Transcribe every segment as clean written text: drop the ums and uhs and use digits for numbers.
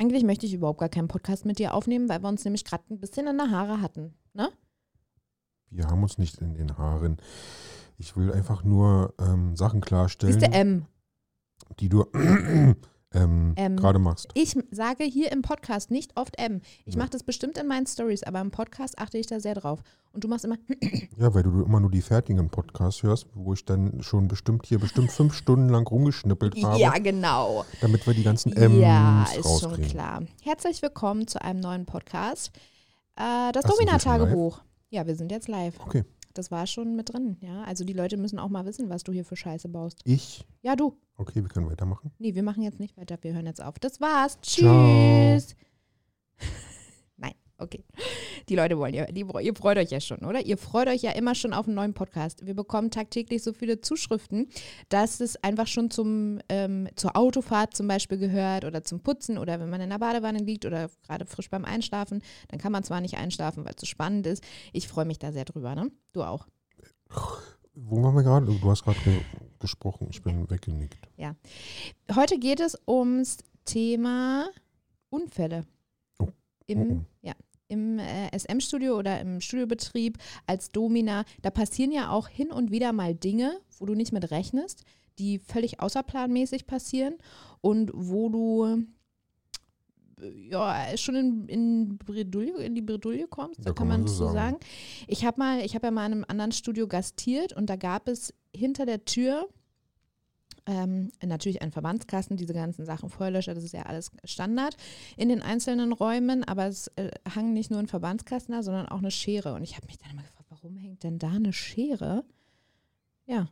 Eigentlich möchte ich überhaupt gar keinen Podcast mit dir aufnehmen, weil wir uns nämlich gerade ein bisschen in der Haare hatten, ne? Wir haben uns nicht in den Haaren. Ich will einfach nur Sachen klarstellen, Siehst du, die du gerade machst. Ich sage hier im Podcast nicht oft Ich Ja. mache das bestimmt in meinen Stories, aber im Podcast achte ich da sehr drauf. Und du machst immer Ja, weil du immer nur die fertigen Podcasts hörst, wo ich dann schon bestimmt 5 Stunden lang rumgeschnippelt habe, Ja, genau. damit wir die ganzen Ja, ist rauskriegen. schon klar. Herzlich willkommen zu einem neuen Podcast. Das Ach, sind wir schon Domina-Tagebuch. Ja, wir sind jetzt live. Okay. Das war schon mit drin, ja. Also die Leute müssen auch mal wissen, was du hier für Scheiße baust. Ich? Ja, du. Okay, wir können weitermachen. Nee, wir machen jetzt nicht weiter. Wir hören jetzt auf. Das war's. Ciao. Tschüss. Nein, okay. Die Leute wollen ja, ihr freut euch ja schon, oder? Ihr freut euch ja immer schon auf einen neuen Podcast. Wir bekommen tagtäglich so viele Zuschriften, dass es einfach schon zur Autofahrt zum Beispiel gehört oder zum Putzen oder wenn man in der Badewanne liegt oder gerade frisch beim Einschlafen. Dann kann man zwar nicht einschlafen, weil es so spannend ist. Ich freue mich da sehr drüber, ne? Du auch. Wo waren wir gerade? Du hast gerade gesprochen, ich bin weggenickt. Ja. Heute geht es ums Thema Unfälle. Oh. Im SM-Studio oder im Studiobetrieb als Domina. Da passieren ja auch hin und wieder mal Dinge, wo du nicht mit rechnest, die völlig außerplanmäßig passieren und wo du schon in die Bredouille kommst, Ja, da kann man so sagen. Ich habe ja mal in einem anderen Studio gastiert und da gab es hinter der Tür natürlich einen Verbandskasten, diese ganzen Sachen, Feuerlöscher, das ist ja alles Standard in den einzelnen Räumen, aber es hang nicht nur ein Verbandskasten da, sondern auch eine Schere. Und ich habe mich dann immer gefragt, warum hängt denn da eine Schere? Ja,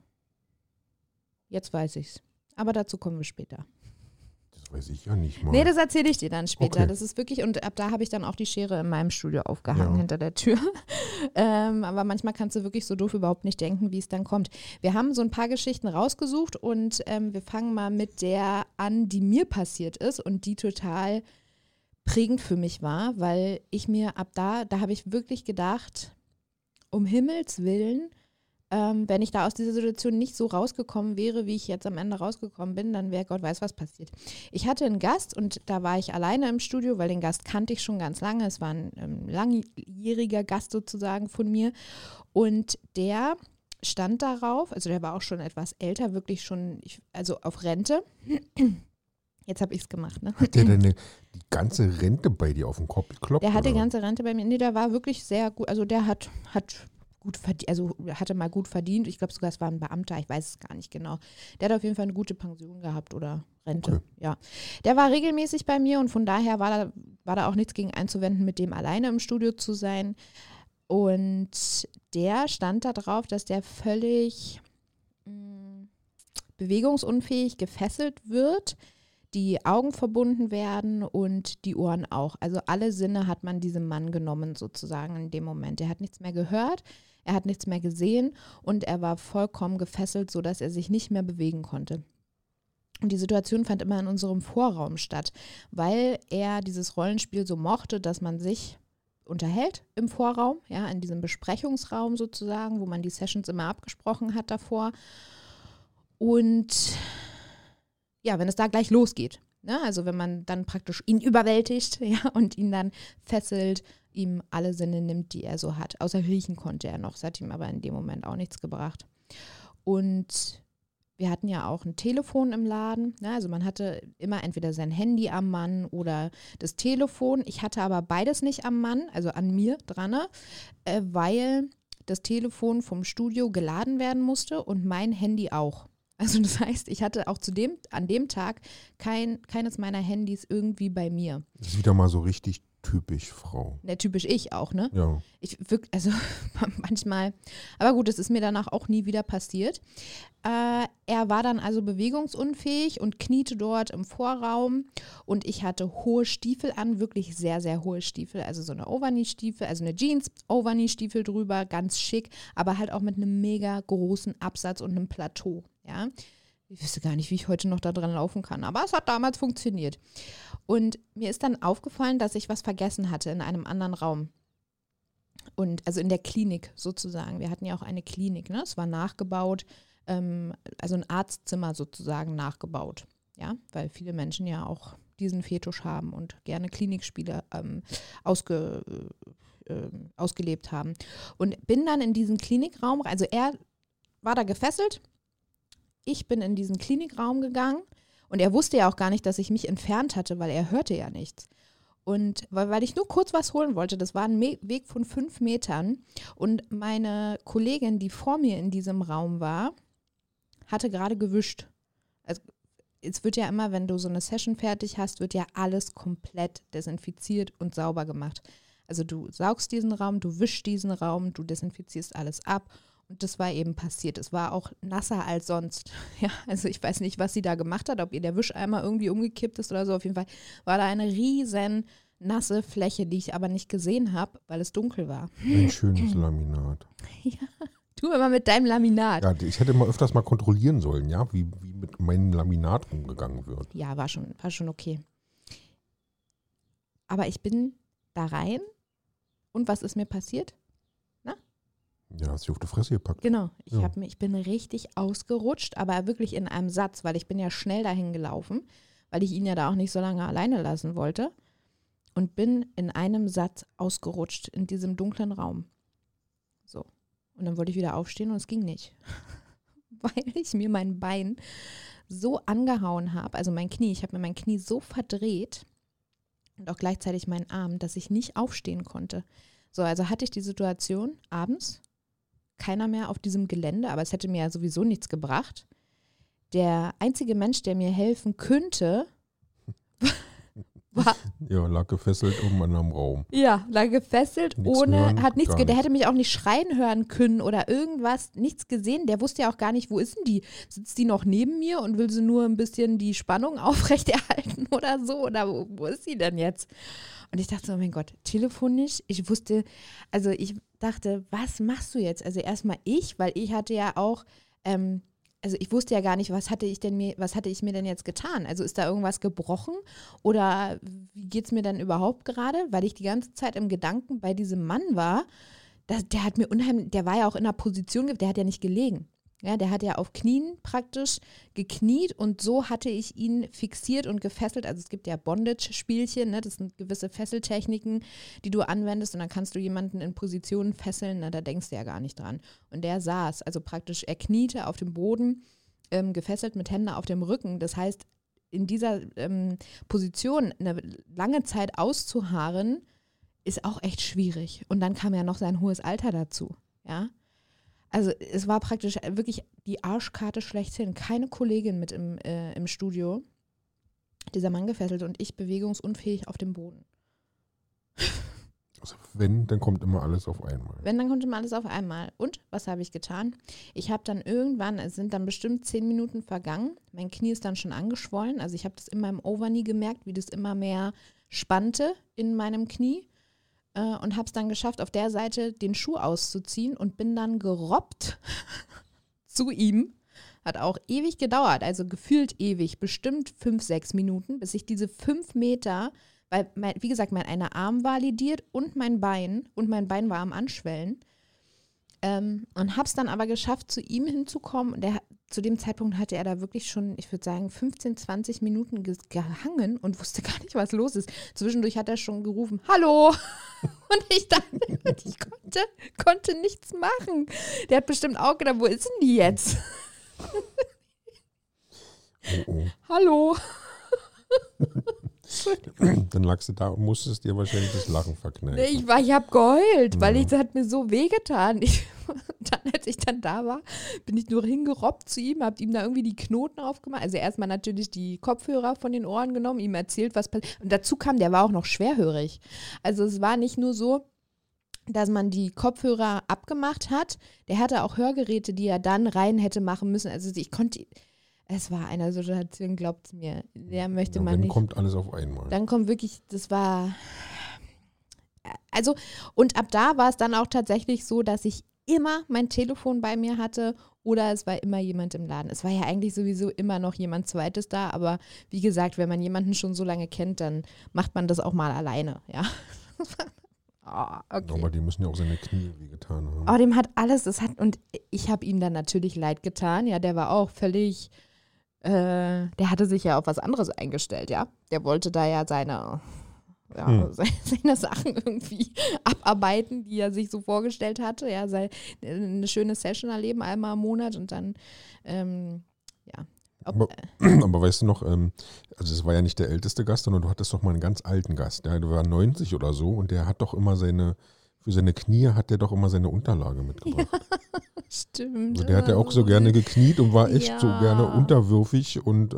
jetzt weiß ich's. Aber dazu kommen wir später. Das weiß ich ja nicht mal. Nee, das erzähle ich dir dann später. Okay. Das ist wirklich, und ab da habe ich dann auch die Schere in meinem Studio aufgehangen, Ja. hinter der Tür. Aber manchmal kannst du wirklich so doof überhaupt nicht denken, wie es dann kommt. Wir haben so ein paar Geschichten rausgesucht und wir fangen mal mit der an, die mir passiert ist und die total prägend für mich war, weil ich mir ab da habe ich wirklich gedacht, um Himmels Willen, wenn ich da aus dieser Situation nicht so rausgekommen wäre, wie ich jetzt am Ende rausgekommen bin, dann wäre Gott weiß was passiert. Ich hatte einen Gast und da war ich alleine im Studio, weil den Gast kannte ich schon ganz lange. Es war ein langjähriger Gast sozusagen von mir und der stand darauf, also der war auch schon etwas älter, wirklich schon, also auf Rente. Jetzt habe ich es gemacht, ne? Hat der denn die ganze Rente bei dir auf den Kopf geklopft? Der hat die oder? ganze Rente bei mir. Nee, der war wirklich sehr gut. Also der hat gut verdient, also hatte mal gut verdient. Ich glaube sogar, es war ein Beamter, ich weiß es gar nicht genau. Der hat auf jeden Fall eine gute Pension gehabt oder Rente. Okay. Ja. Der war regelmäßig bei mir und von daher war da auch nichts gegen einzuwenden, mit dem alleine im Studio zu sein. Und der stand da drauf, dass der völlig bewegungsunfähig gefesselt wird, die Augen verbunden werden und die Ohren auch. Also alle Sinne hat man diesem Mann genommen sozusagen in dem Moment. Er hat nichts mehr gehört, er hat nichts mehr gesehen und er war vollkommen gefesselt, sodass er sich nicht mehr bewegen konnte. Und die Situation fand immer in unserem Vorraum statt, weil er dieses Rollenspiel so mochte, dass man sich unterhält im Vorraum, ja, in diesem Besprechungsraum sozusagen, wo man die Sessions immer abgesprochen hat davor. Und ja, wenn es da gleich losgeht, ne? Also wenn man dann praktisch ihn überwältigt, ja, und ihn dann fesselt, ihm alle Sinne nimmt, die er so hat. Außer riechen konnte er noch, das hat ihm aber in dem Moment auch nichts gebracht. Und wir hatten ja auch ein Telefon im Laden, ne? Also man hatte immer entweder sein Handy am Mann oder das Telefon. Ich hatte aber beides nicht am Mann, also an mir dran, weil das Telefon vom Studio geladen werden musste und mein Handy auch. Also das heißt, ich hatte auch an dem Tag keines meiner Handys irgendwie bei mir. Das ist wieder mal so richtig typisch Frau. Ne, typisch ich auch, ne? Ja. Also manchmal, aber gut, es ist mir danach auch nie wieder passiert. Er war dann also bewegungsunfähig und kniete dort im Vorraum und ich hatte hohe Stiefel an, wirklich sehr, sehr hohe Stiefel, also so eine Overknee-Stiefel, also eine Jeans-Overknee-Stiefel drüber, ganz schick, aber halt auch mit einem mega großen Absatz und einem Plateau, ja. Ich wüsste gar nicht, wie ich heute noch da dran laufen kann, aber es hat damals funktioniert. Und mir ist dann aufgefallen, dass ich was vergessen hatte in einem anderen Raum. Und also in der Klinik sozusagen. Wir hatten ja auch eine Klinik, ne? Es war nachgebaut, also ein Arztzimmer sozusagen nachgebaut. Ja, weil viele Menschen ja auch diesen Fetisch haben und gerne Klinikspiele ausgelebt haben. Und bin dann in diesen Klinikraum, also er war da gefesselt, ich bin in diesen Klinikraum gegangen und er wusste ja auch gar nicht, dass ich mich entfernt hatte, weil er hörte ja nichts. Und weil ich nur kurz was holen wollte, das war ein Weg von 5 Metern und meine Kollegin, die vor mir in diesem Raum war, hatte gerade gewischt. Also es wird ja immer, wenn du so eine Session fertig hast, wird ja alles komplett desinfiziert und sauber gemacht. Also du saugst diesen Raum, du wischst diesen Raum, du desinfizierst alles ab. Und das war eben passiert. Es war auch nasser als sonst. Ja, also ich weiß nicht, was sie da gemacht hat, ob ihr der Wischeimer irgendwie umgekippt ist oder so. Auf jeden Fall war da eine riesen nasse Fläche, die ich aber nicht gesehen habe, weil es dunkel war. Ein schönes Laminat. Ja, du immer mit deinem Laminat. Ja, ich hätte mal öfters mal kontrollieren sollen, ja, wie mit meinem Laminat umgegangen wird. Ja, war schon okay. Aber ich bin da rein und was ist mir passiert? Ja, hast du auf die Fresse gepackt. Genau, ich bin richtig ausgerutscht, aber wirklich in einem Satz, weil ich bin ja schnell dahin gelaufen, weil ich ihn ja da auch nicht so lange alleine lassen wollte und bin in einem Satz ausgerutscht in diesem dunklen Raum. So, und dann wollte ich wieder aufstehen und es ging nicht, weil ich mir mein Bein so angehauen habe, also mein Knie, ich habe mir mein Knie so verdreht und auch gleichzeitig meinen Arm, dass ich nicht aufstehen konnte. So, also hatte ich die Situation abends, keiner mehr auf diesem Gelände, aber es hätte mir ja sowieso nichts gebracht. Der einzige Mensch, der mir helfen könnte, war... Ja, lag gefesselt oben in einem Raum. Ja, lag gefesselt, hat nichts, der hätte mich auch nicht schreien hören können oder irgendwas, nichts gesehen. Der wusste ja auch gar nicht, wo ist denn die? Sitzt die noch neben mir und will sie nur ein bisschen die Spannung aufrechterhalten oder so? Oder wo ist sie denn jetzt? Und ich dachte so, oh mein Gott, telefonisch, ich dachte, was machst du jetzt? Also erstmal weil ich hatte ja auch, also ich wusste ja gar nicht, was hatte ich mir denn jetzt getan? Also ist da irgendwas gebrochen oder wie geht es mir denn überhaupt gerade? Weil ich die ganze Zeit im Gedanken bei diesem Mann war, der hat mir der war ja auch in einer Position, der hat ja nicht gelegen. Ja, der hat ja auf Knien praktisch gekniet und so hatte ich ihn fixiert und gefesselt. Also es gibt ja Bondage-Spielchen, ne? Das sind gewisse Fesseltechniken, die du anwendest und dann kannst du jemanden in Positionen fesseln, da denkst du ja gar nicht dran. Und der saß, also praktisch, er kniete auf dem Boden, gefesselt mit Händen auf dem Rücken. Das heißt, in dieser Position eine lange Zeit auszuharren, ist auch echt schwierig. Und dann kam ja noch sein hohes Alter dazu, ja. Also es war praktisch wirklich die Arschkarte schlechthin. Keine Kollegin mit im Studio. Dieser Mann gefesselt und ich bewegungsunfähig auf dem Boden. Also wenn, dann kommt immer alles auf einmal. Wenn, dann kommt immer alles auf einmal. Und was habe ich getan? Ich habe dann irgendwann, es sind dann bestimmt 10 Minuten vergangen. Mein Knie ist dann schon angeschwollen. Also ich habe das in meinem Overknee gemerkt, wie das immer mehr spannte in meinem Knie. Und habe es dann geschafft, auf der Seite den Schuh auszuziehen und bin dann gerobbt zu ihm. Hat auch ewig gedauert, also gefühlt ewig, bestimmt 5, 6 Minuten, bis ich diese 5 Meter, weil, wie gesagt, mein einer Arm war lidiert und mein Bein war am Anschwellen. Und habe es dann aber geschafft, zu ihm hinzukommen. Und zu dem Zeitpunkt hatte er da wirklich schon, ich würde sagen, 15, 20 Minuten gehangen und wusste gar nicht, was los ist. Zwischendurch hat er schon gerufen, hallo! Und ich dachte, ich konnte nichts machen. Der hat bestimmt auch gedacht, wo ist denn die jetzt? Oh. Hallo! Dann lagst du da und musstest dir wahrscheinlich das Lachen verkneifen. Ich habe geheult, weil das hat mir so wehgetan. Als ich dann da war, bin ich nur hingerobbt zu ihm, habe ihm da irgendwie die Knoten aufgemacht. Also erstmal natürlich die Kopfhörer von den Ohren genommen, ihm erzählt, was passiert. Und dazu kam, der war auch noch schwerhörig. Also es war nicht nur so, dass man die Kopfhörer abgemacht hat. Der hatte auch Hörgeräte, die er dann rein hätte machen müssen. Also es war eine Situation, glaubt mir, der möchte man nicht. Dann nicht. kommt alles auf einmal. Dann kommt wirklich, das war, also, und ab da war es dann auch tatsächlich so, dass ich immer mein Telefon bei mir hatte oder es war immer jemand im Laden. Es war ja eigentlich sowieso immer noch jemand Zweites da, aber wie gesagt, wenn man jemanden schon so lange kennt, dann macht man das auch mal alleine, ja. Okay. Aber die müssen ja auch seine Knie wehgetan haben. Oh, dem hat alles, und ich habe ihm dann natürlich leid getan, ja, der war auch völlig der hatte sich ja auf was anderes eingestellt, ja. Der wollte da ja seine Sachen irgendwie abarbeiten, die er sich so vorgestellt hatte. Ja, eine schöne Session erleben, einmal im Monat und dann, Aber weißt du noch, also es war ja nicht der älteste Gast, sondern du hattest doch mal einen ganz alten Gast. Der war 90 oder so und der hat doch immer für seine Knie hat der doch immer seine Unterlage mitgebracht. Ja, stimmt. Also der hat ja auch so gerne gekniet und war echt so Ja. gerne unterwürfig und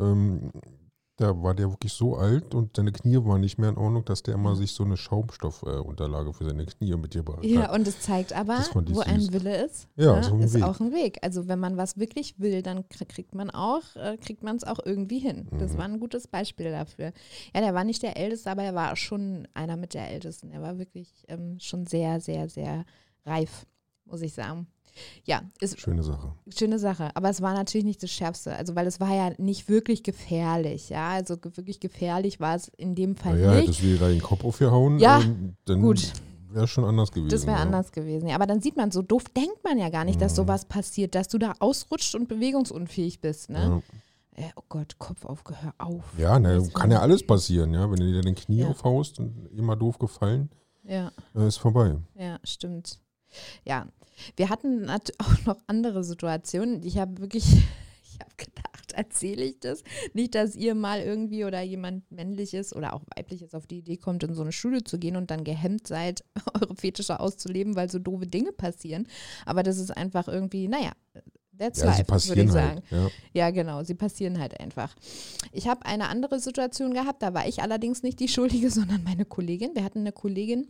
da war der wirklich so alt und seine Knie waren nicht mehr in Ordnung, dass der immer sich so eine Schaumstoffunterlage für seine Knie mitgebracht hat. Ja, und es zeigt aber, Das fand ich wo ein süß. Wille ist, Ja, ne, ist auch ein ist Weg. auch ein Weg. Also wenn man was wirklich will, dann kriegt man es auch irgendwie hin. Das war ein gutes Beispiel dafür. Ja, der war nicht der Älteste, aber er war schon einer mit der Ältesten. Er war wirklich schon sehr, sehr, sehr reif, muss ich sagen. Ja, ist Schöne Sache. schöne Sache. Aber es war natürlich nicht das Schärfste. Also, weil es war ja nicht wirklich gefährlich. Ja, also wirklich gefährlich war es in dem Fall Naja, nicht. hättest du dir da den Kopf aufgehauen, Ja, dann gut. wäre schon anders gewesen. Das wäre ja. anders gewesen. Ja, aber dann sieht man, so doof denkt man ja gar nicht, dass sowas passiert, dass du da ausrutscht und bewegungsunfähig bist. Ne? Ja. Oh Gott, Kopf auf, hör auf. Ja, Das kann ja alles passieren, ja. Wenn du dir den Knie Ja. aufhaust und immer doof gefallen, Ja, ist vorbei. ja, stimmt. Ja, wir hatten auch noch andere Situationen. Ich habe gedacht, erzähle ich das? Nicht, dass ihr mal irgendwie oder jemand männliches oder auch weibliches auf die Idee kommt, in so eine Schule zu gehen und dann gehemmt seid, eure Fetische auszuleben, weil so doofe Dinge passieren. Aber das ist einfach irgendwie, naja, that's Ja, sie life, würde passieren ich sagen. halt. Ja. Ja, genau, sie passieren halt einfach. Ich habe eine andere Situation gehabt, da war ich allerdings nicht die Schuldige, sondern meine Kollegin. Wir hatten eine Kollegin,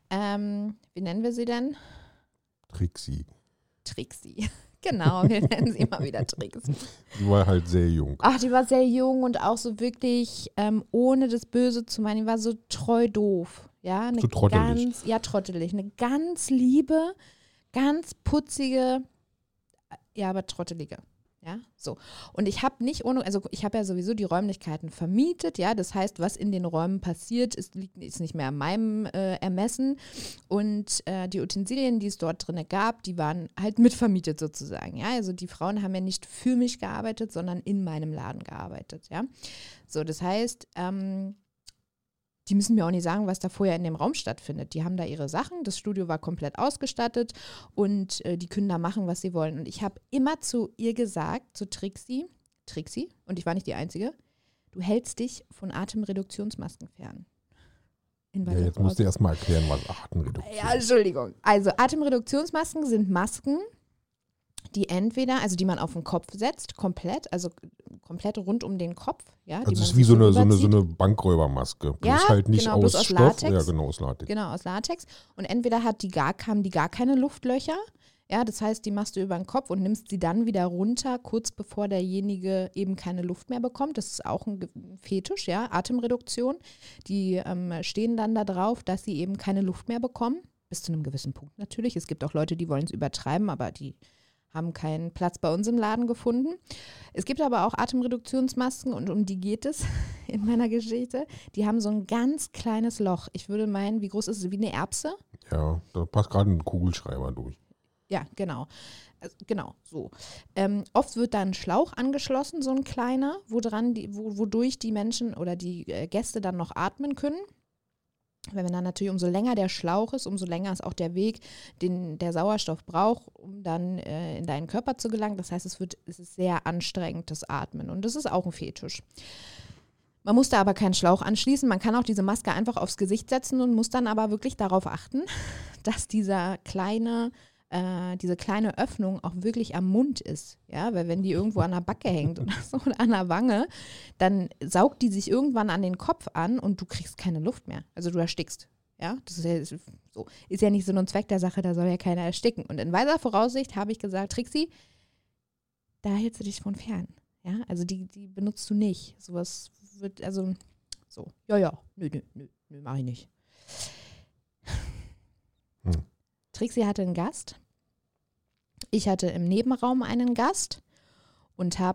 wie nennen wir sie denn? Trixie. Trixie. Genau, wir nennen sie immer wieder Trixie. Die war halt sehr jung. Ach, die war sehr jung und auch so wirklich, ohne das Böse zu meinen, die war so treu doof. Ja, eine So trottelig. trottelig. Eine ganz liebe, ganz putzige, ja, aber trottelige. Ja, so. Und ich habe ich habe ja sowieso die Räumlichkeiten vermietet, ja, das heißt, was in den Räumen passiert, ist nicht mehr an meinem Ermessen und die Utensilien, die es dort drin gab, die waren halt mitvermietet sozusagen, ja, also die Frauen haben ja nicht für mich gearbeitet, sondern in meinem Laden gearbeitet, ja. So, das heißt, die müssen mir auch nicht sagen, was da vorher in dem Raum stattfindet. Die haben da ihre Sachen, das Studio war komplett ausgestattet und die können da machen, was sie wollen. Und ich habe immer zu ihr gesagt, zu Trixie, und ich war nicht die Einzige, du hältst dich von Atemreduktionsmasken fern. Ja, jetzt musst du erstmal erklären, was Atemreduktion Ja, Entschuldigung. Also Atemreduktionsmasken sind Masken, die die man auf den Kopf setzt, komplett rund um den Kopf. Ja, Also es ist wie so eine Bankräubermaske. Ja, Bloß halt nicht genau, aus bloß aus Stoff. Latex. Ja, genau, aus Latex. Genau, aus Latex. Und entweder haben die gar keine Luftlöcher. Ja, das heißt, die machst du über den Kopf und nimmst sie dann wieder runter, kurz bevor derjenige eben keine Luft mehr bekommt. Das ist auch ein Fetisch, ja, Atemreduktion. Die stehen dann da drauf, dass sie eben keine Luft mehr bekommen. Bis zu einem gewissen Punkt natürlich. Es gibt auch Leute, die wollen es übertreiben, aber die haben keinen Platz bei uns im Laden gefunden. Es gibt aber auch Atemreduktionsmasken und um die geht es in meiner Geschichte. Die haben so ein ganz kleines Loch. Ich würde meinen, wie groß ist es? Wie eine Erbse? Ja, da passt gerade ein Kugelschreiber durch. Ja, genau. Also, genau, so. Oft wird da ein Schlauch angeschlossen, so ein kleiner, wodurch die Menschen oder die Gäste dann noch atmen können. Wenn dann natürlich, umso länger der Schlauch ist, umso länger ist auch der Weg, den der Sauerstoff braucht, um dann in deinen Körper zu gelangen. Das heißt, es ist sehr anstrengend, das Atmen. Und das ist auch ein Fetisch. Man muss da aber keinen Schlauch anschließen. Man kann auch diese Maske einfach aufs Gesicht setzen und muss dann aber wirklich darauf achten, dass diese kleine Öffnung auch wirklich am Mund ist. Ja, weil wenn die irgendwo an der Backe hängt oder so oder an der Wange, dann saugt die sich irgendwann an den Kopf an und du kriegst keine Luft mehr. Also du erstickst. Ja, das ist ja so. Ist ja nicht Sinn und Zweck der Sache, da soll ja keiner ersticken. Und in weiser Voraussicht habe ich gesagt, Trixie, da hältst du dich von fern. Ja, also die benutzt du nicht. Sowas wird, also so, ja, nö, mach ich nicht. Trixie hatte einen Gast. Ich hatte im Nebenraum einen Gast und habe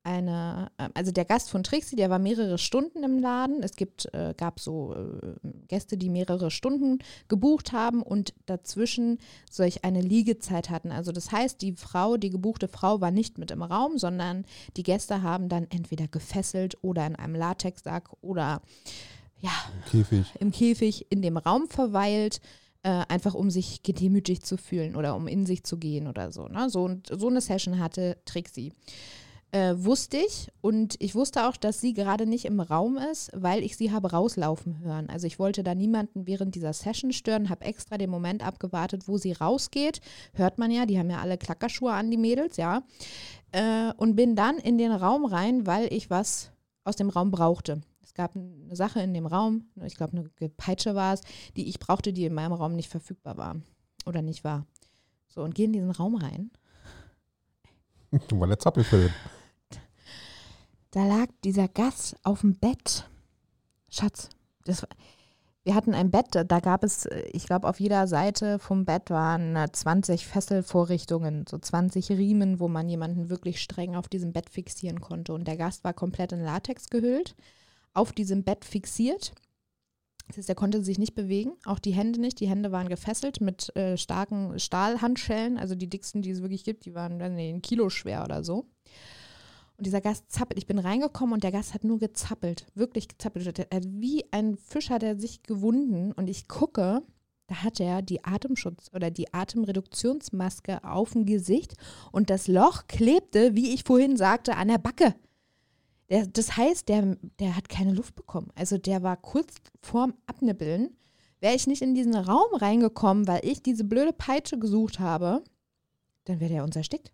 also der Gast von Trixie, der war mehrere Stunden im Laden. Es gab so Gäste, die mehrere Stunden gebucht haben und dazwischen solch eine Liegezeit hatten. Also das heißt, die gebuchte Frau war nicht mit im Raum, sondern die Gäste haben dann entweder gefesselt oder in einem Latexsack oder im Käfig in dem Raum verweilt, einfach um sich gedemütigt zu fühlen oder um in sich zu gehen oder so. Ne? So eine Session hatte Trixie. Wusste ich, und ich wusste auch, dass sie gerade nicht im Raum ist, weil ich sie habe rauslaufen hören. Also ich wollte da niemanden während dieser Session stören, habe extra den Moment abgewartet, wo sie rausgeht. Hört man ja, die haben ja alle Klackerschuhe an, die Mädels, ja. Und bin dann in den Raum rein, weil ich was aus dem Raum brauchte. Es gab eine Sache in dem Raum, ich glaube eine Peitsche war es, die ich brauchte, die in meinem Raum nicht verfügbar war oder nicht war. So, und gehe in diesen Raum rein. Weil der Zappelfilm. Da lag dieser Gast auf dem Bett. Schatz, wir hatten ein Bett, da gab es, ich glaube, auf jeder Seite vom Bett waren 20 Fesselvorrichtungen, so 20 Riemen, wo man jemanden wirklich streng auf diesem Bett fixieren konnte. Und der Gast war komplett in Latex gehüllt, auf diesem Bett fixiert. Das heißt, er konnte sich nicht bewegen, auch die Hände nicht. Die Hände waren gefesselt mit starken Stahlhandschellen, also die dicksten, die es wirklich gibt, die waren ein Kilo schwer oder so. Und dieser Gast zappelt. Ich bin reingekommen und der Gast hat nur gezappelt, wirklich gezappelt. Wie ein Fisch hat er sich gewunden und ich gucke, da hat er die Atemschutz- oder die Atemreduktionsmaske auf dem Gesicht und das Loch klebte, wie ich vorhin sagte, an der Backe. Das heißt, der hat keine Luft bekommen. Also der war kurz vorm Abnibbeln. Wäre ich nicht in diesen Raum reingekommen, weil ich diese blöde Peitsche gesucht habe, dann wäre der uns erstickt.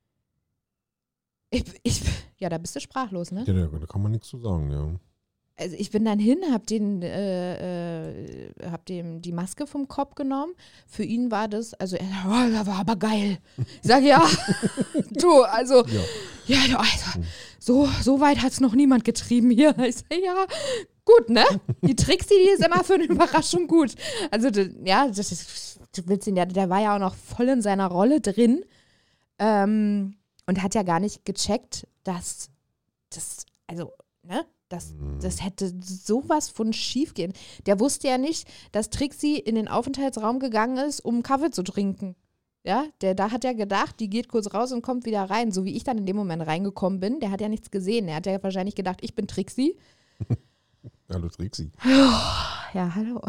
Ja, da bist du sprachlos, ne? Ja, da kann man nichts zu sagen, ja. Also ich bin dann hin, hab dem die Maske vom Kopf genommen. Für ihn war das, also er sagt, oh, das war aber geil. Ich sage, ja, du, also, so weit hat es noch niemand getrieben hier. Ich sage, ja, gut, ne? Die Trixie, die ist immer für eine Überraschung gut. Also, du willst ihn ja, der war ja auch noch voll in seiner Rolle drin. Und hat ja gar nicht gecheckt, dass das hätte sowas von schief gehen. Der wusste ja nicht, dass Trixie in den Aufenthaltsraum gegangen ist, um Kaffee zu trinken. Ja, da hat er gedacht, die geht kurz raus und kommt wieder rein. So wie ich dann in dem Moment reingekommen bin, der hat ja nichts gesehen. Er hat ja wahrscheinlich gedacht, ich bin Trixie. Hallo Trixie. Ja, hallo.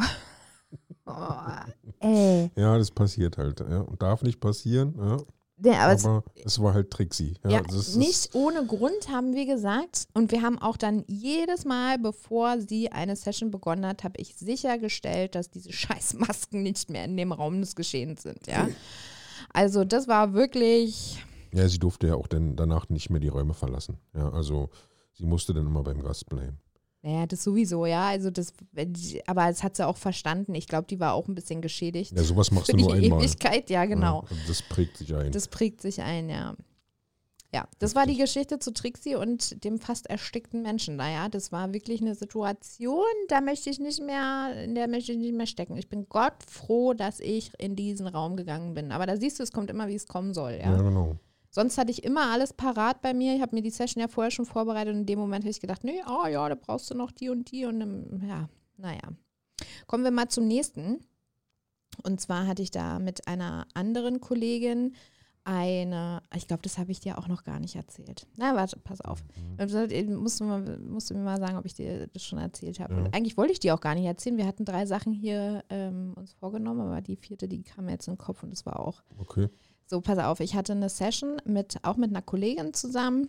Ja, das passiert halt. Ja. Darf nicht passieren, ja. Ja, aber es war halt Trixie. Ja, nicht ohne Grund haben wir gesagt, und wir haben auch dann jedes Mal, bevor sie eine Session begonnen hat, habe ich sichergestellt, dass diese Scheißmasken nicht mehr in dem Raum des Geschehens sind. Ja? Also das war wirklich... Ja, sie durfte ja auch danach nicht mehr die Räume verlassen. Ja, also sie musste dann immer beim Gast bleiben. Naja, das sowieso, ja. Also aber es hat sie auch verstanden. Ich glaube, die war auch ein bisschen geschädigt. Ja, sowas machst du nur einmal. Ewigkeit, ja, genau. Ja, das prägt sich ein. Das prägt sich ein, ja. Ja, das war die Geschichte zu Trixie und dem fast erstickten Menschen. Naja, das war wirklich eine Situation, in der möchte ich nicht mehr stecken. Ich bin Gott froh, dass ich in diesen Raum gegangen bin. Aber da siehst du, es kommt immer, wie es kommen soll, ja. Ja, genau. Sonst hatte ich immer alles parat bei mir. Ich habe mir die Session ja vorher schon vorbereitet und in dem Moment habe ich gedacht, nee, da brauchst du noch die und die. Und naja. Kommen wir mal zum nächsten. Und zwar hatte ich da mit einer anderen Kollegin ich glaube, das habe ich dir auch noch gar nicht erzählt. Na, warte, pass auf. Musst du mir mal sagen, ob ich dir das schon erzählt habe. Ja. Eigentlich wollte ich dir auch gar nicht erzählen. Wir hatten 3 Sachen hier uns vorgenommen, aber die 4., die kam mir jetzt in den Kopf und das war auch... Okay. So, pass auf, ich hatte eine Session auch mit einer Kollegin zusammen,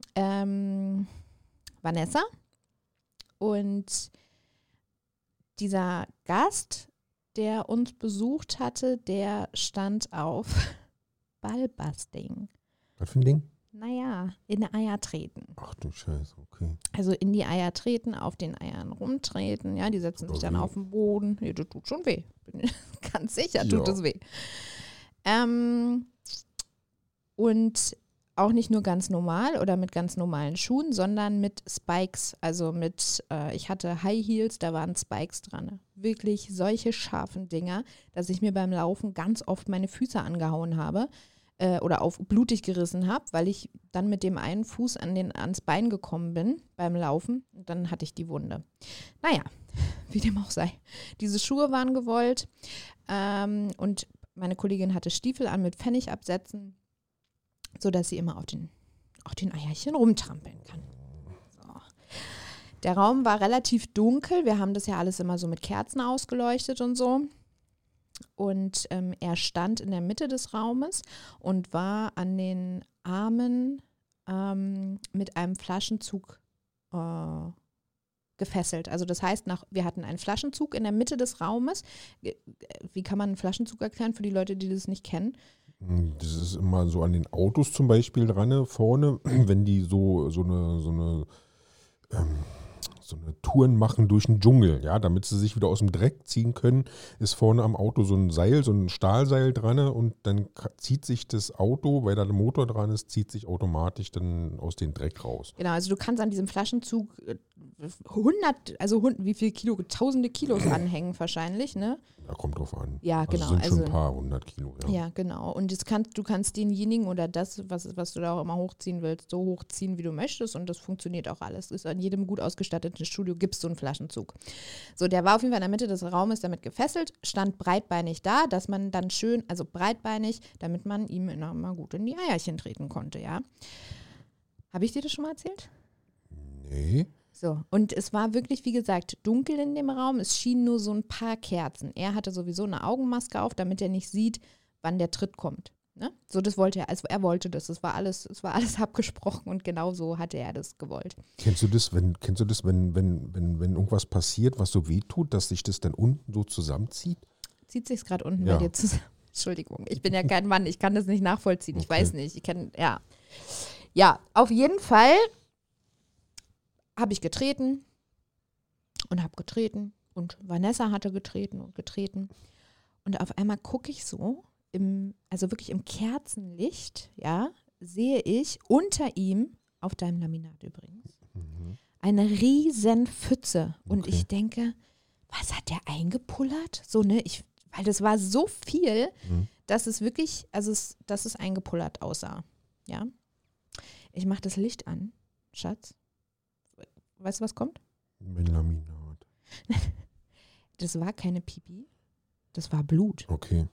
Vanessa. Und dieser Gast, der uns besucht hatte, der stand auf Ballbusting. Was für ein Ding? Naja, in Eier treten. Ach du Scheiße, okay. Also in die Eier treten, auf den Eiern rumtreten, ja, die setzen sich dann auf den Boden. Nee, das tut schon weh. Bin ganz sicher, tut es weh. Und auch nicht nur ganz normal oder mit ganz normalen Schuhen, sondern mit Spikes. Also ich hatte High Heels, da waren Spikes dran. Wirklich solche scharfen Dinger, dass ich mir beim Laufen ganz oft meine Füße angehauen habe. oder blutig gerissen habe, weil ich dann mit dem einen Fuß ans Bein gekommen bin beim Laufen. Und dann hatte ich die Wunde. Naja, wie dem auch sei. Diese Schuhe waren gewollt und meine Kollegin hatte Stiefel an mit Pfennigabsätzen, sodass sie immer auf den Eierchen rumtrampeln kann. So. Der Raum war relativ dunkel. Wir haben das ja alles immer so mit Kerzen ausgeleuchtet und so. Und er stand in der Mitte des Raumes und war an den Armen mit einem Flaschenzug gefesselt. Also das heißt, wir hatten einen Flaschenzug in der Mitte des Raumes. Wie kann man einen Flaschenzug erklären für die Leute, die das nicht kennen? Das ist immer so an den Autos zum Beispiel dran, vorne, wenn die so eine Touren machen durch den Dschungel, ja, damit sie sich wieder aus dem Dreck ziehen können, ist vorne am Auto so ein Seil, so ein Stahlseil dran und dann zieht sich das Auto, weil da der Motor dran ist, zieht sich automatisch dann aus dem Dreck raus. Genau, also du kannst an diesem Flaschenzug wie viel Kilo, tausende Kilos anhängen wahrscheinlich, ne? Da kommt drauf an. Ja, genau. Also sind schon ein paar 100 Kilo, ja. Ja, genau. Und du kannst denjenigen oder das, was du da auch immer hochziehen willst, so hochziehen, wie du möchtest und das funktioniert auch alles. Ist an jedem gut ausgestatteten Studio gibt es so einen Flaschenzug. So, der war auf jeden Fall in der Mitte des Raumes damit gefesselt, stand breitbeinig da, dass man dann schön, also breitbeinig, damit man ihm mal gut in die Eierchen treten konnte, ja. Habe ich dir das schon mal erzählt? Nee. So, und es war wirklich, wie gesagt, dunkel in dem Raum. Es schienen nur so ein paar Kerzen. Er hatte sowieso eine Augenmaske auf, damit er nicht sieht, wann der Tritt kommt. Ne? So, das wollte er. Also er wollte das. Es war alles abgesprochen und genau so hatte er das gewollt. Kennst du das, wenn irgendwas passiert, was so weh tut, dass sich das dann unten so zusammenzieht? Zieht sich gerade unten bei dir zusammen? Entschuldigung, ich bin ja kein Mann, ich kann das nicht nachvollziehen. Ich weiß nicht. Ja, auf jeden Fall habe ich getreten und habe getreten und Vanessa hatte getreten und getreten und auf einmal gucke ich so, wirklich im Kerzenlicht, ja, sehe ich unter ihm, auf deinem Laminat übrigens, eine riesen Pfütze und ich denke, was hat der eingepullert? So, ne, weil das war so viel, dass es wirklich, dass es eingepullert aussah, ja. Ich mache das Licht an, Schatz. Weißt du, was kommt? Mein Laminat. Das war keine Pipi, das war Blut. Okay.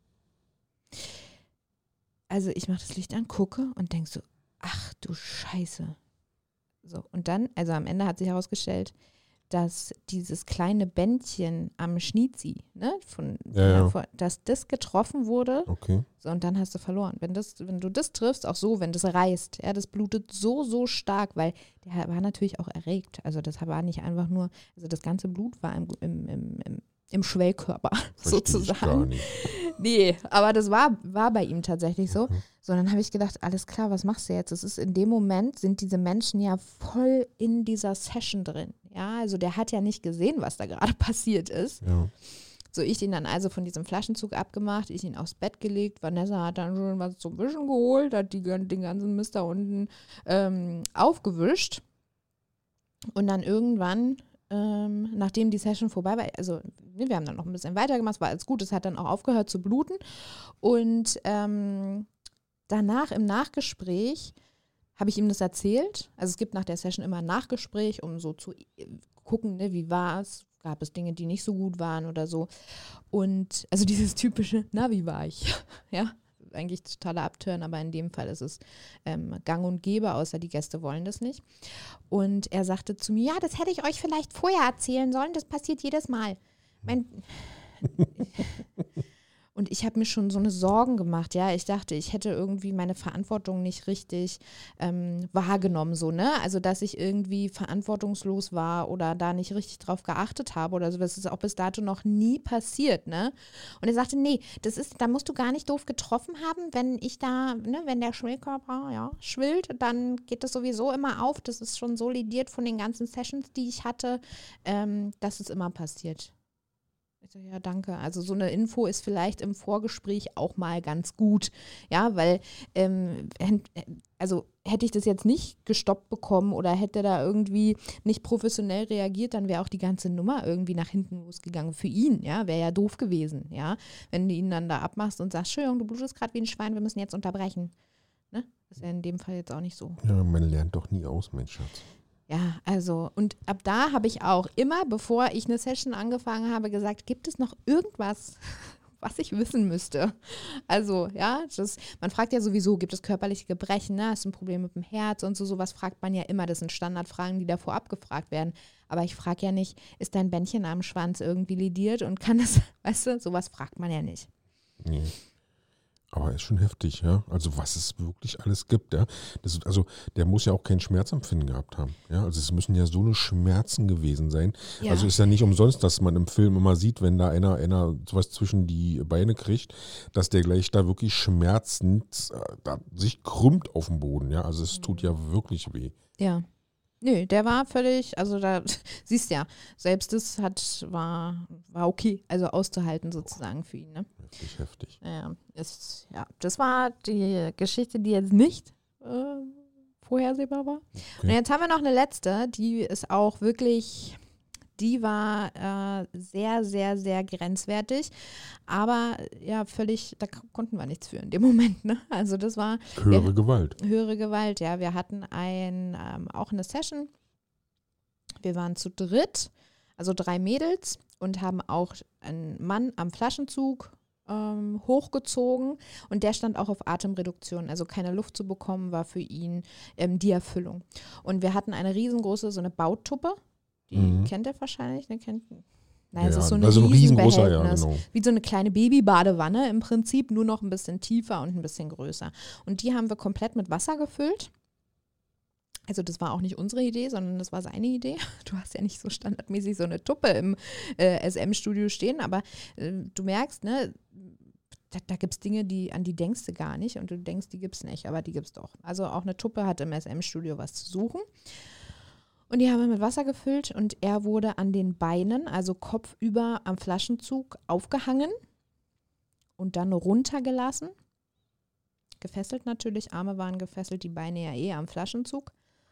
Also ich mache das Licht an, gucke und denke so, ach du Scheiße. So, und dann, also am Ende hat sich herausgestellt, dass dieses kleine Bändchen am Schniezi, ne, dass das getroffen wurde. Okay. So, und dann hast du verloren. Wenn du das triffst, auch so, wenn das reißt, ja, das blutet so stark, weil der war natürlich auch erregt. Also das war nicht einfach nur, also das ganze Blut war im Schwellkörper sozusagen. Gar nicht. Nee, aber das war bei ihm tatsächlich so. So, dann habe ich gedacht, alles klar, was machst du jetzt? Es ist in dem Moment, sind diese Menschen ja voll in dieser Session drin. Ja, also der hat ja nicht gesehen, was da gerade passiert ist. Ja. So, ich ihn dann also von diesem Flaschenzug abgemacht, ich ihn aufs Bett gelegt. Vanessa hat dann schon was zum Wischen geholt, hat den ganzen Mist da unten aufgewischt. Und dann irgendwann, nachdem die Session vorbei war, also wir haben dann noch ein bisschen weitergemacht, war alles gut, es hat dann auch aufgehört zu bluten. Und danach im Nachgespräch habe ich ihm das erzählt. Also es gibt nach der Session immer ein Nachgespräch, um so zu gucken, ne, wie war es, gab es Dinge, die nicht so gut waren oder so. Und also dieses typische, na, wie war ich? Ja, eigentlich totaler Abturn, aber in dem Fall ist es gang und gäbe, außer die Gäste wollen das nicht. Und er sagte zu mir, ja, das hätte ich euch vielleicht vorher erzählen sollen, das passiert jedes Mal. Und ich habe mir schon so eine Sorgen gemacht, ja. Ich dachte, ich hätte irgendwie meine Verantwortung nicht richtig wahrgenommen, so, ne? Also, dass ich irgendwie verantwortungslos war oder da nicht richtig drauf geachtet habe oder so. Das ist auch bis dato noch nie passiert, ne? Und er sagte, nee, da musst du gar nicht doof getroffen haben, wenn wenn der Schwellkörper, ja, schwillt, dann geht das sowieso immer auf. Das ist schon solidiert von den ganzen Sessions, die ich hatte, dass es immer passiert. Ich so, ja, danke. Also so eine Info ist vielleicht im Vorgespräch auch mal ganz gut. Ja, weil also hätte ich das jetzt nicht gestoppt bekommen oder hätte da irgendwie nicht professionell reagiert, dann wäre auch die ganze Nummer irgendwie nach hinten losgegangen. Für ihn, ja, wäre ja doof gewesen, ja. Wenn du ihn dann da abmachst und sagst, Entschuldigung, du blutest gerade wie ein Schwein, wir müssen jetzt unterbrechen. Ne? Das ist ja in dem Fall jetzt auch nicht so. Ja, man lernt doch nie aus, mein Schatz. Ja, also und ab da habe ich auch immer, bevor ich eine Session angefangen habe, gesagt, gibt es noch irgendwas, was ich wissen müsste? Also, ja, man fragt ja sowieso, gibt es körperliche Gebrechen, ne? Hast du ein Problem mit dem Herz und sowas fragt man ja immer. Das sind Standardfragen, die davor abgefragt werden. Aber ich frage ja nicht, ist dein Bändchen am Schwanz irgendwie lidiert und kann das, weißt du, sowas fragt man ja nicht. Nee. Aber ist schon heftig, ja. Also was es wirklich alles gibt, ja. Also der muss ja auch kein Schmerzempfinden gehabt haben. Ja, also es müssen ja so eine Schmerzen gewesen sein. Ja. Also ist ja nicht umsonst, dass man im Film immer sieht, wenn da einer sowas zwischen die Beine kriegt, dass der gleich da wirklich schmerzend da sich krümmt auf dem Boden, ja. Also es tut ja wirklich weh. Ja. Nö, der war völlig, also da siehst ja, selbst das war okay, also auszuhalten sozusagen für ihn, ne? Heftig. Ja, das war die Geschichte, die jetzt nicht vorhersehbar war. Okay. Und jetzt haben wir noch eine letzte, die ist auch wirklich, die war sehr, sehr, sehr grenzwertig, aber ja, völlig, da konnten wir nichts für in dem Moment, ne? Also das war Höhere Gewalt. Höhere Gewalt, ja. Wir hatten auch eine Session. Wir waren zu dritt, also 3 Mädels und haben auch einen Mann am Flaschenzug hochgezogen und der stand auch auf Atemreduktion, also keine Luft zu bekommen, war für ihn die Erfüllung. Und wir hatten eine riesengroße, so eine Bautuppe, die kennt er wahrscheinlich, ne? Nein, es ist so ein riesengroßer, ja, genau. Wie so eine kleine Babybadewanne im Prinzip, nur noch ein bisschen tiefer und ein bisschen größer. Und die haben wir komplett mit Wasser gefüllt. Also das war auch nicht unsere Idee, sondern das war seine Idee. Du hast ja nicht so standardmäßig so eine Tuppe im SM-Studio stehen, aber du merkst, ne, da gibt es Dinge, an die denkst du gar nicht und du denkst, die gibt es nicht, aber die gibt es doch. Also auch eine Tuppe hat im SM-Studio was zu suchen. Und die haben wir mit Wasser gefüllt und er wurde an den Beinen, also kopfüber am Flaschenzug aufgehangen und dann runtergelassen. Gefesselt natürlich, Arme waren gefesselt, die Beine ja am Flaschenzug.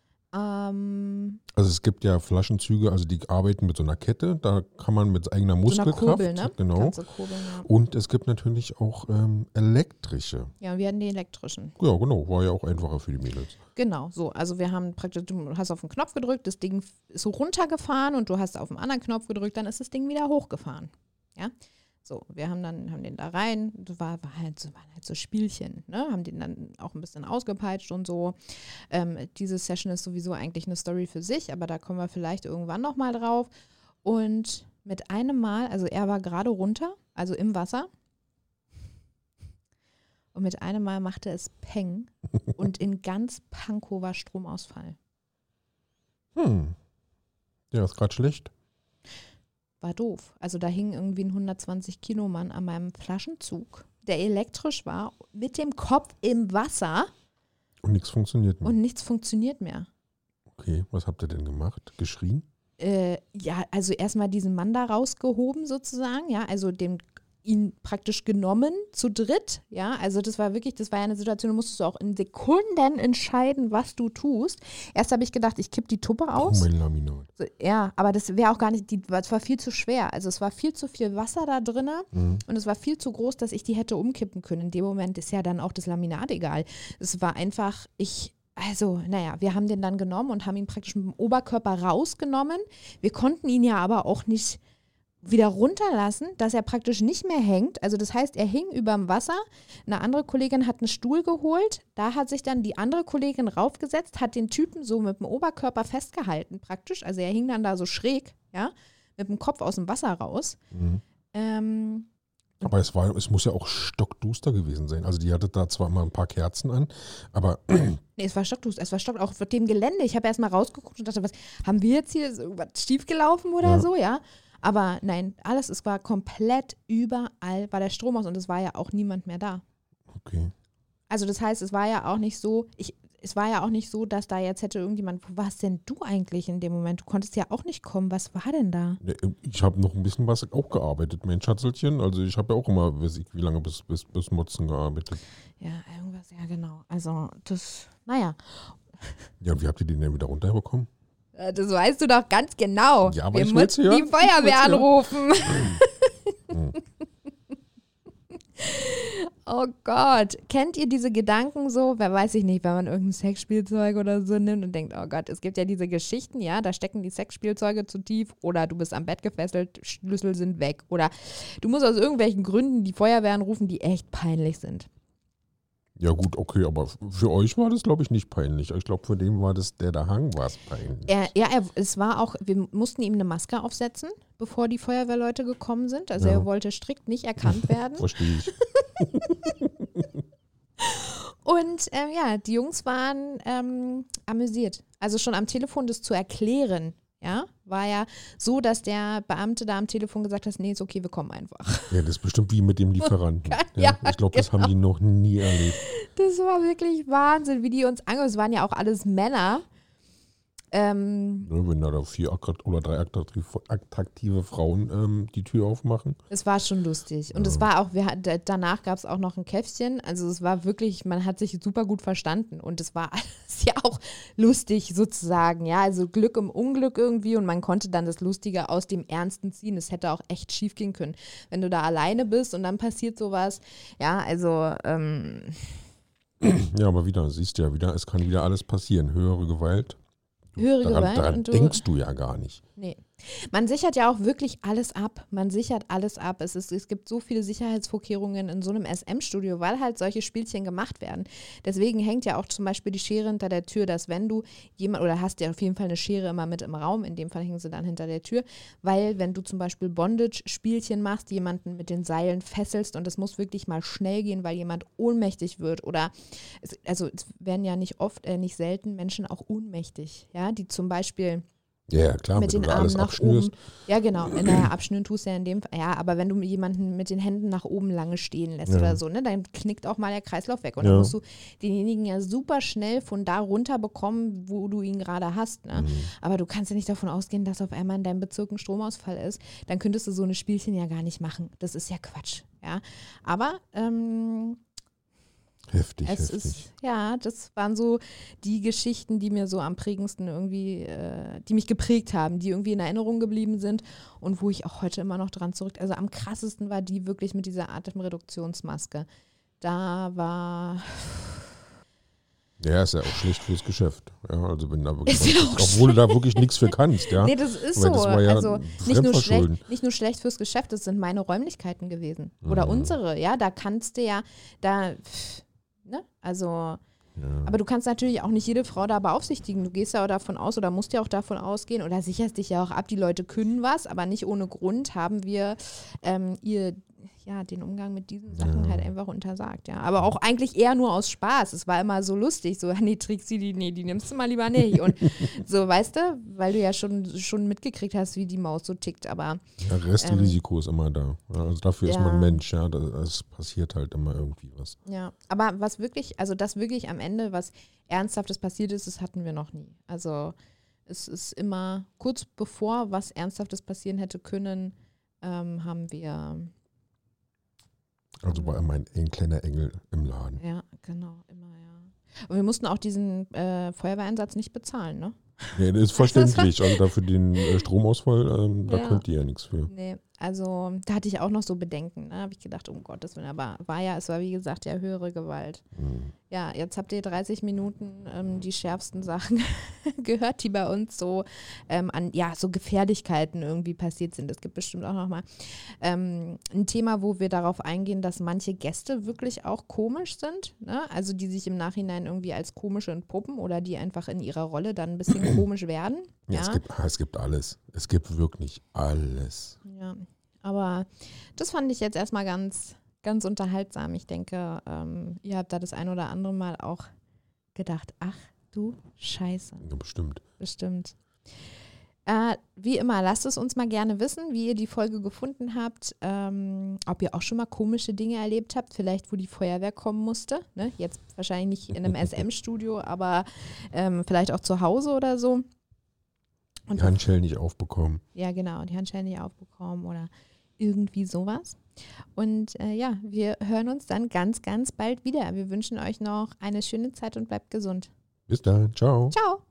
Also es gibt ja Flaschenzüge, also die arbeiten mit so einer Kette, da kann man mit eigener Muskelkraft, so einer Kurbel, ne? Genau. Kannst du kurbeln, ja. Und es gibt natürlich auch elektrische. Ja, wir hatten die elektrischen. Ja, genau, war ja auch einfacher für die Mädels. Genau, so, also wir haben praktisch, du hast auf den Knopf gedrückt, das Ding ist so runtergefahren und du hast auf den anderen Knopf gedrückt, dann ist das Ding wieder hochgefahren, ja. So, wir haben den da rein, das waren halt so Spielchen, ne? Haben den dann auch ein bisschen ausgepeitscht und so. Diese Session ist sowieso eigentlich eine Story für sich, aber da kommen wir vielleicht irgendwann nochmal drauf. Und mit einem Mal, also er war gerade runter, also im Wasser. Und mit einem Mal machte es Peng und in ganz Pankow war Stromausfall. Ja, ist gerade schlecht. War doof. Also da hing irgendwie ein 120-Kilo-Mann an meinem Flaschenzug, der elektrisch war, mit dem Kopf im Wasser. Und nichts funktioniert mehr. Und nichts funktioniert mehr. Okay, was habt ihr denn gemacht? Geschrien? Ja, also erstmal diesen Mann da rausgehoben sozusagen, ja, also ihn praktisch genommen zu dritt, ja, also das war ja eine Situation, da musstest du auch in Sekunden entscheiden, was du tust. Erst habe ich gedacht, ich kipp die Tuppe aus. Oh, mein Laminat. So, ja, aber das wäre auch gar nicht, es war viel zu schwer, also es war viel zu viel Wasser da drin und es war viel zu groß, dass ich die hätte umkippen können. In dem Moment ist ja dann auch das Laminat egal. Es war einfach, wir haben den dann genommen und haben ihn praktisch mit dem Oberkörper rausgenommen. Wir konnten ihn ja aber auch nicht wieder runterlassen, dass er praktisch nicht mehr hängt. Also das heißt, er hing überm Wasser. Eine andere Kollegin hat einen Stuhl geholt. Da hat sich dann die andere Kollegin raufgesetzt, hat den Typen so mit dem Oberkörper festgehalten praktisch. Also er hing dann da so schräg, ja, mit dem Kopf aus dem Wasser raus. Aber es muss ja auch stockduster gewesen sein. Also die hatte da zwar immer ein paar Kerzen an, aber Nee, es war stockduster. Es war auch auf dem Gelände. Ich habe erst mal rausgeguckt und dachte, was haben wir jetzt hier? Ist irgendwas schiefgelaufen oder so, ja? Aber nein, es war komplett überall, war der Strom aus und es war ja auch niemand mehr da. Okay. Also das heißt, es war ja auch nicht so, es war ja auch nicht so, dass da jetzt hätte irgendjemand, wo warst denn du eigentlich in dem Moment? Du konntest ja auch nicht kommen. Was war denn da? Ich habe noch ein bisschen was auch gearbeitet, mein Schatzelchen. Also ich habe ja auch immer, weiß ich, wie lange bis Motzen gearbeitet. Ja, irgendwas, ja genau. Also das, naja. Ja, und wie habt ihr den denn wieder runterbekommen? Das weißt du doch ganz genau. Ja, aber wir ich will's mussten hören. die Feuerwehr anrufen. Oh Gott, kennt ihr diese Gedanken so, weiß ich nicht, wenn man irgendein Sexspielzeug oder so nimmt und denkt, oh Gott, es gibt ja diese Geschichten, ja, da stecken die Sexspielzeuge zu tief oder du bist am Bett gefesselt, Schlüssel sind weg oder du musst aus irgendwelchen Gründen die Feuerwehr anrufen, die echt peinlich sind. Ja gut, okay, aber für euch war das, glaube ich, nicht peinlich. Ich glaube, für den war das, der da hang, war es peinlich. Es war auch, wir mussten ihm eine Maske aufsetzen, bevor die Feuerwehrleute gekommen sind. Also Ja. er wollte strikt nicht erkannt werden. Verstehe ich. Und die Jungs waren amüsiert. Also schon am Telefon das zu erklären, ja, war ja so, dass der Beamte da am Telefon gesagt hat, nee, ist okay, wir kommen einfach. Ja, das ist bestimmt wie mit dem Lieferanten. Ja, ich glaube, das haben die noch nie erlebt. Das war wirklich Wahnsinn, wie die uns es waren ja auch alles Männer. Wenn da 4 oder 3 attraktive Frauen die Tür aufmachen. Es war schon lustig. Und es war auch, danach gab es auch noch ein Käffchen. Also es war wirklich, man hat sich super gut verstanden. Und es war alles ja auch lustig sozusagen. Ja, also Glück im Unglück irgendwie. Und man konnte dann das Lustige aus dem Ernsten ziehen. Es hätte auch echt schief gehen können, wenn du da alleine bist und dann passiert sowas. Ja, also Ja, aber siehst du ja wieder, es kann wieder alles passieren. Höhere Gewalt. Daran und denkst du ja gar nicht. Nee. Man sichert ja auch wirklich alles ab. Es gibt so viele Sicherheitsvorkehrungen in so einem SM-Studio, weil halt solche Spielchen gemacht werden. Deswegen hängt ja auch zum Beispiel die Schere hinter der Tür, dass wenn du oder hast ja auf jeden Fall eine Schere immer mit im Raum, in dem Fall hängen sie dann hinter der Tür, weil wenn du zum Beispiel Bondage-Spielchen machst, jemanden mit den Seilen fesselst und es muss wirklich mal schnell gehen, weil jemand ohnmächtig wird oder, es werden ja nicht selten Menschen auch ohnmächtig, ja, die zum Beispiel ja, klar, mit den wenn du Armen alles nach abschnürst. oben. Ja, genau. Naja, abschnüren tust du ja in dem Fall. Ja, aber wenn du jemanden mit den Händen nach oben lange stehen lässt oder so, ne, dann knickt auch mal der Kreislauf weg. Und dann musst du denjenigen ja super schnell von da runter bekommen, wo du ihn gerade hast. Ne? Aber du kannst ja nicht davon ausgehen, dass auf einmal in deinem Bezirk ein Stromausfall ist. Dann könntest du so eine Spielchen ja gar nicht machen. Das ist ja Quatsch. Ja, aber Heftig. das waren so die Geschichten, die mir so am prägendsten irgendwie, die mich geprägt haben, die irgendwie in Erinnerung geblieben sind und wo ich auch heute immer noch dran also am krassesten war die wirklich mit dieser Atemreduktionsmaske. Da war... Ja, ist ja auch schlecht fürs Geschäft. Ja, also wenn da wirklich obwohl du da wirklich nichts für kannst, ja. Nee, das ist weil so. Das war ja also nicht nur schlecht fürs Geschäft, das sind meine Räumlichkeiten gewesen. Oder unsere, ja, da kannst du ja, ne, also, aber du kannst natürlich auch nicht jede Frau da beaufsichtigen. Du gehst ja auch davon aus oder musst ja auch davon ausgehen oder sicherst dich ja auch ab, die Leute können was, aber nicht ohne Grund haben wir den Umgang mit diesen Sachen halt einfach untersagt, ja. Aber auch eigentlich eher nur aus Spaß. Es war immer so lustig, so, nee, Trixi, die nimmst du mal lieber nicht. Und so, weißt du, weil du ja schon mitgekriegt hast, wie die Maus so tickt, aber... Ja, Restrisiko ist immer da. Ja, also dafür ist man Mensch, ja. Es passiert halt immer irgendwie was. Ja, aber was wirklich, also das wirklich am Ende, was Ernsthaftes passiert ist, das hatten wir noch nie. Also es ist immer kurz bevor was Ernsthaftes passieren hätte können, haben wir... Also war immer ein kleiner Engel im Laden. Ja, genau, immer, ja. Und wir mussten auch diesen Feuerwehreinsatz nicht bezahlen, ne? Nee, das ist verständlich. Also dafür den Stromausfall, da könnt ihr ja nichts für. Nee, also da hatte ich auch noch so Bedenken. Da habe ich gedacht, um Gottes Willen, aber es war wie gesagt ja höhere Gewalt. Ja, jetzt habt ihr 30 Minuten die schärfsten Sachen gehört, die bei uns so so Gefährlichkeiten irgendwie passiert sind. Es gibt bestimmt auch noch mal ein Thema, wo wir darauf eingehen, dass manche Gäste wirklich auch komisch sind, ne? Also die sich im Nachhinein irgendwie als komische entpuppen oder die einfach in ihrer Rolle dann ein bisschen komisch werden. Ja, es gibt alles. Es gibt wirklich alles. Ja, aber das fand ich jetzt erstmal ganz, ganz unterhaltsam. Ich denke, ihr habt da das ein oder andere Mal auch gedacht, ach du Scheiße. Ja, bestimmt. Bestimmt. Wie immer, lasst es uns mal gerne wissen, wie ihr die Folge gefunden habt, ob ihr auch schon mal komische Dinge erlebt habt, vielleicht wo die Feuerwehr kommen musste, ne? Jetzt wahrscheinlich nicht in einem SM-Studio, aber vielleicht auch zu Hause oder so. Und die Handschellen nicht aufbekommen. Ja, genau, die Handschellen nicht aufbekommen oder irgendwie sowas. Und wir hören uns dann ganz, ganz bald wieder. Wir wünschen euch noch eine schöne Zeit und bleibt gesund. Bis dann. Ciao. Ciao.